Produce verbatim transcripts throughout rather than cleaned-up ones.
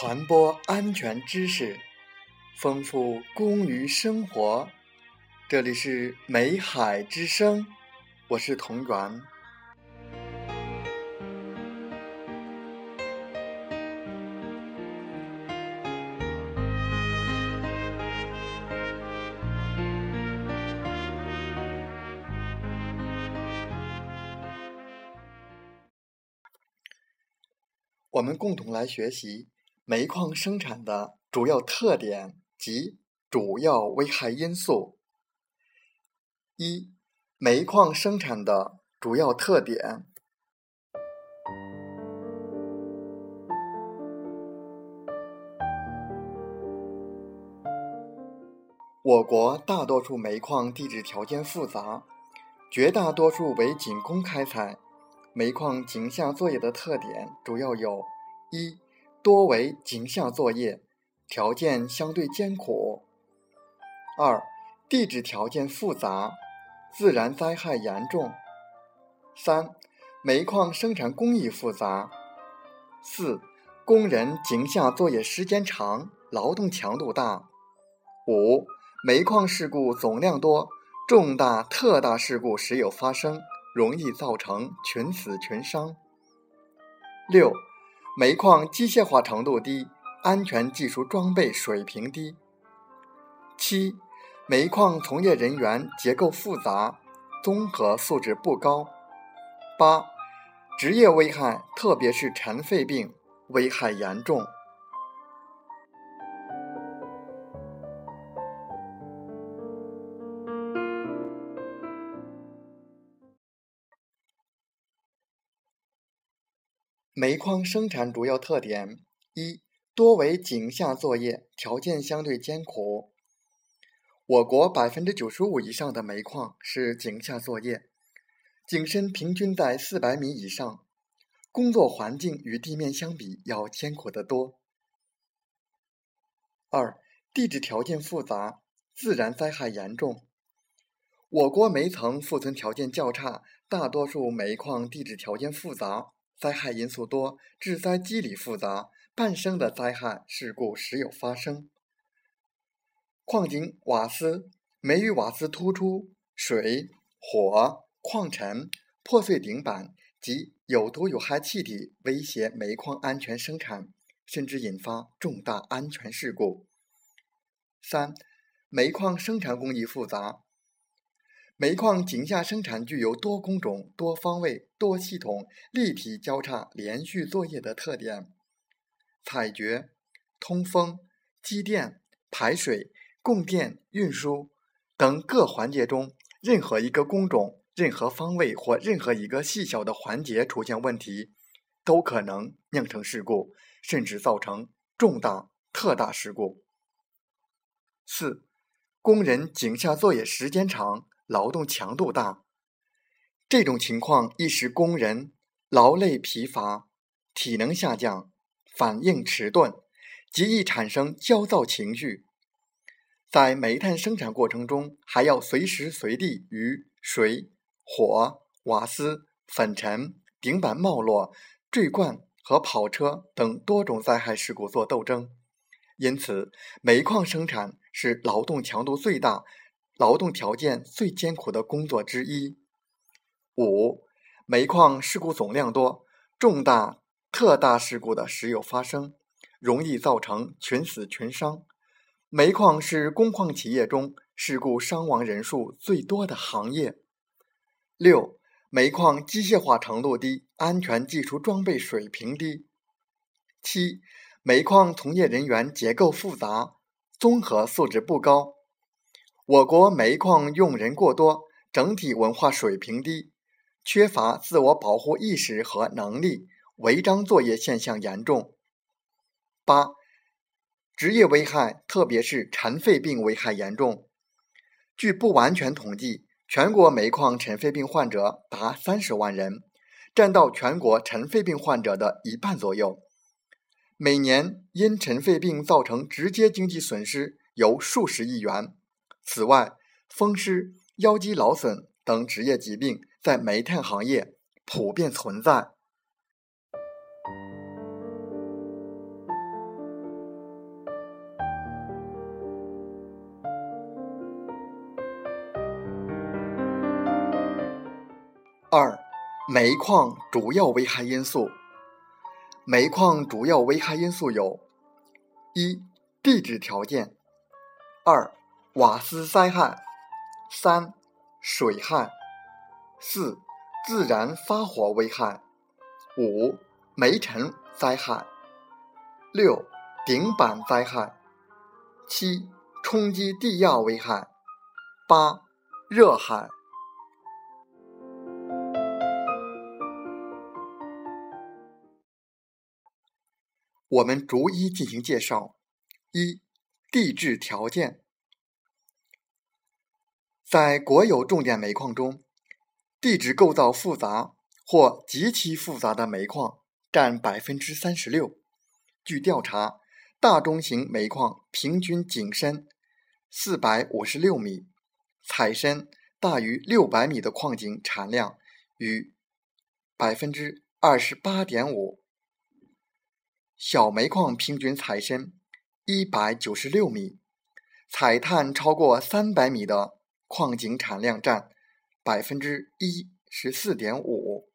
传播安全知识，丰富工于生活。这里是美海之声，我是童源。我们共同来学习煤矿生产的主要特点及主要危害因素。一、煤矿生产的主要特点。我国大多数煤矿地质条件复杂，绝大多数为仅供开采。煤矿井下作业的特点主要有：一、多为井下作业，条件相对艰苦；二、地质条件复杂，自然灾害严重；三、煤矿生产工艺复杂；四、工人井下作业时间长，劳动强度大；五、煤矿事故总量多，重大特大事故时有发生，容易造成群死群伤。六、煤矿机械化程度低，安全技术装备水平低。七、煤矿从业人员结构复杂，综合素质不高。八、职业危害，特别是尘肺病危害严重。煤矿生产主要特点：一、多为井下作业，条件相对艰苦。我国 百分之九十五 以上的煤矿是井下作业，井深平均在四百米以上，工作环境与地面相比要艰苦得多。二、地质条件复杂，自然灾害严重。我国煤层复存条件较差，大多数煤矿地质条件复杂，灾害因素多，治灾机理复杂，半生的灾害事故时有发生。矿井瓦斯、煤与瓦斯突出、水、火、矿尘、破碎顶板及有毒有害气体威胁煤矿安全生产，甚至引发重大安全事故。三、煤矿生产工艺复杂。煤矿井下生产具有多工种、多方位、多系统、立体交叉连续作业的特点。采掘、通风、机电、排水、供电、运输等各环节中，任何一个工种、任何方位或任何一个细小的环节出现问题，都可能酿成事故，甚至造成重大特大事故。四、工人井下作业时间长，劳动强度大。这种情况易使工人劳累疲乏，体能下降，反应迟钝，极易产生焦躁情绪。在煤炭生产过程中，还要随时随地与水、火、瓦斯、粉尘、顶板冒落、坠灌和跑车等多种灾害事故做斗争。因此，煤矿生产是劳动强度最大、劳动条件最艰苦的工作之一。五、煤矿事故总量多，重大特大事故的时有发生，容易造成群死群伤。煤矿是工矿企业中事故伤亡人数最多的行业。六、煤矿机械化程度低，安全技术装备水平低。七、煤矿从业人员结构复杂，综合素质不高。我国煤矿用人过多，整体文化水平低，缺乏自我保护意识和能力，违章作业现象严重。八、职业危害，特别是尘肺病危害严重。据不完全统计，全国煤矿尘肺病患者达三十万人，占到全国尘肺病患者的一半左右。每年因尘肺病造成直接经济损失有数十亿元。此外，风湿、腰肌劳损等职业疾病在煤炭行业普遍存在。 二、煤矿主要危害因素。煤矿主要危害因素有：一、地质条件；二、瓦斯灾害；三、水害；四、自然发火危害；五、煤尘灾害；六、顶板灾害；七、冲击地压危害；八、热害。我们逐一进行介绍。一、地质条件。在国有重点煤矿中，地质构造复杂或极其复杂的煤矿占 百分之三十六。 据调查，大中型煤矿平均井深四百五十六米，采深大于六百米的矿井产量逾 百分之二十八点五。 小煤矿平均采深一百九十六米，采碳超过三百米的矿井产量占 百分之十四点五。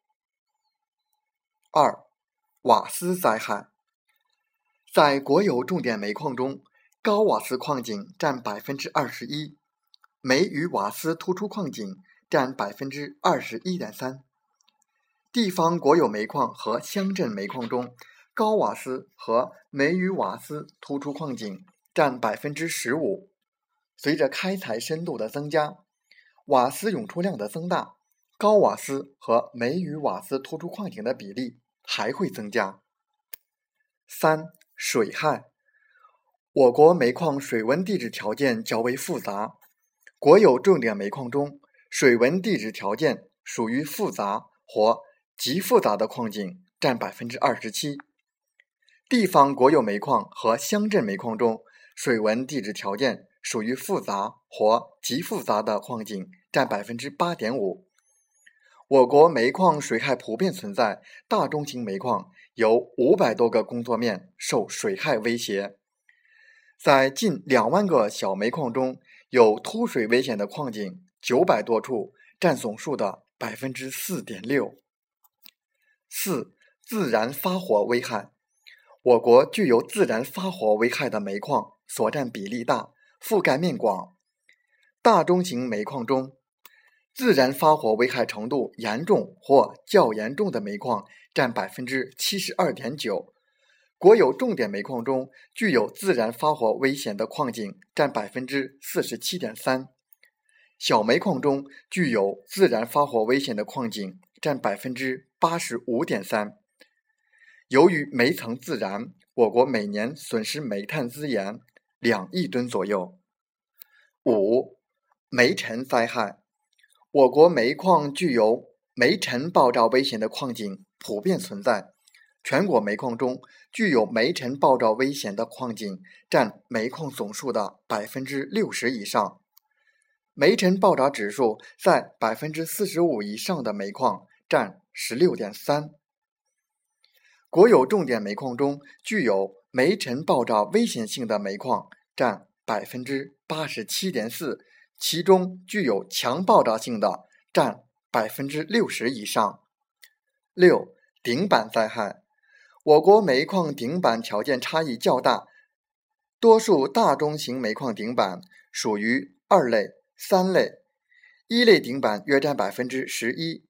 二、瓦斯灾害。在国有重点煤矿中，高瓦斯矿井占 百分之二十一， 煤与瓦斯突出矿井占 百分之二十一点三。 地方国有煤矿和乡镇煤矿中，高瓦斯和煤与瓦斯突出矿井占 百分之十五。 随着开采深度的增加，瓦斯涌出量的增大，高瓦斯和煤与瓦斯突出矿井的比例还会增加。三、水害。我国煤矿水文地质条件较为复杂，国有重点煤矿中，水文地质条件属于复杂或极复杂的矿井占 百分之二十七。 地方国有煤矿和乡镇煤矿中，水文地质条件属于复杂或极复杂的矿井占 百分之八点五。 我国煤矿水害普遍存在，大中型煤矿有五百多个工作面受水害威胁。在近两万个小煤矿中，有突水危险的矿井九百多处，占总数的 百分之四点六。 四、自然发火危害。我国具有自然发火危害的煤矿所占比例大，覆盖面广。大中型煤矿中，自然发火危害程度严重或较严重的煤矿占 百分之七十二点九。 国有重点煤矿中，具有自然发火危险的矿井占 百分之四十七点三。 小煤矿中，具有自然发火危险的矿井占 百分之八十五点三。由于煤层自燃，我国每年损失煤炭资源两亿吨左右。五、煤尘灾害。我国煤矿具有煤尘爆炸危险的矿井普遍存在，全国煤矿中具有煤尘爆炸危险的矿井占煤矿总数的 百分之六十 以上。煤尘爆炸指数在 百分之四十五 以上的煤矿占 十六点三。国有重点煤矿中，具有煤尘爆炸危险性的煤矿占 百分之八十七点四， 其中具有强爆炸性的占 百分之六十 以上。六、顶板灾害。我国煤矿顶板条件差异较大，多数大中型煤矿顶板属于二类、三类，一类顶板约占 百分之十一，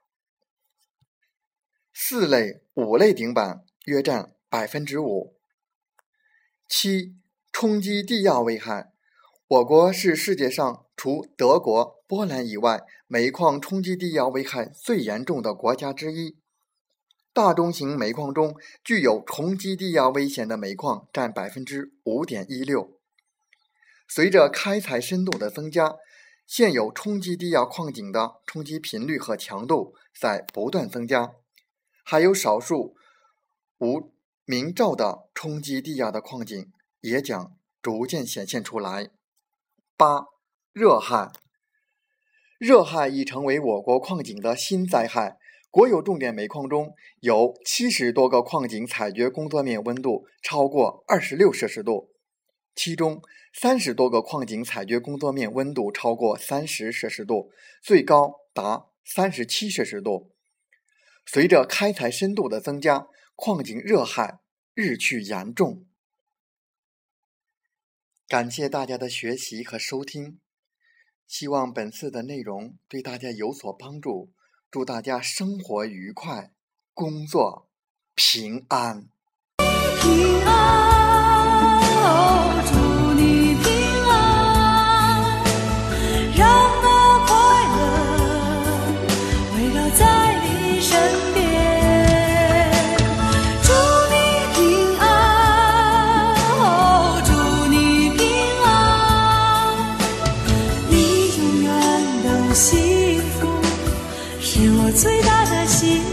四类、五类顶板约占 百分之五。七、冲击地压危害。我国是世界上除德国、波兰以外，煤矿冲击地压危害最严重的国家之一。大中型煤矿中，具有冲击地压危险的煤矿占 百分之五点一六。随着开采深度的增加，现有冲击地压矿井的冲击频率和强度在不断增加，还有少数无明照的冲击地压的矿井也将逐渐显现出来。八、热害。热害已成为我国矿井的新灾害。国有重点煤矿中有七十多个矿井采掘工作面温度超过二十六摄氏度，其中三十多个矿井采掘工作面温度超过三十摄氏度，最高达三十七摄氏度。随着开采深度的增加，矿井热害日趋严重。感谢大家的学习和收听，希望本次的内容对大家有所帮助，祝大家生活愉快，工作平安。 平安，哦，祝你平安，让那快乐围绕在你身边。祝你平安，哦，祝你平安，你永远都幸福，是我最大的幸福。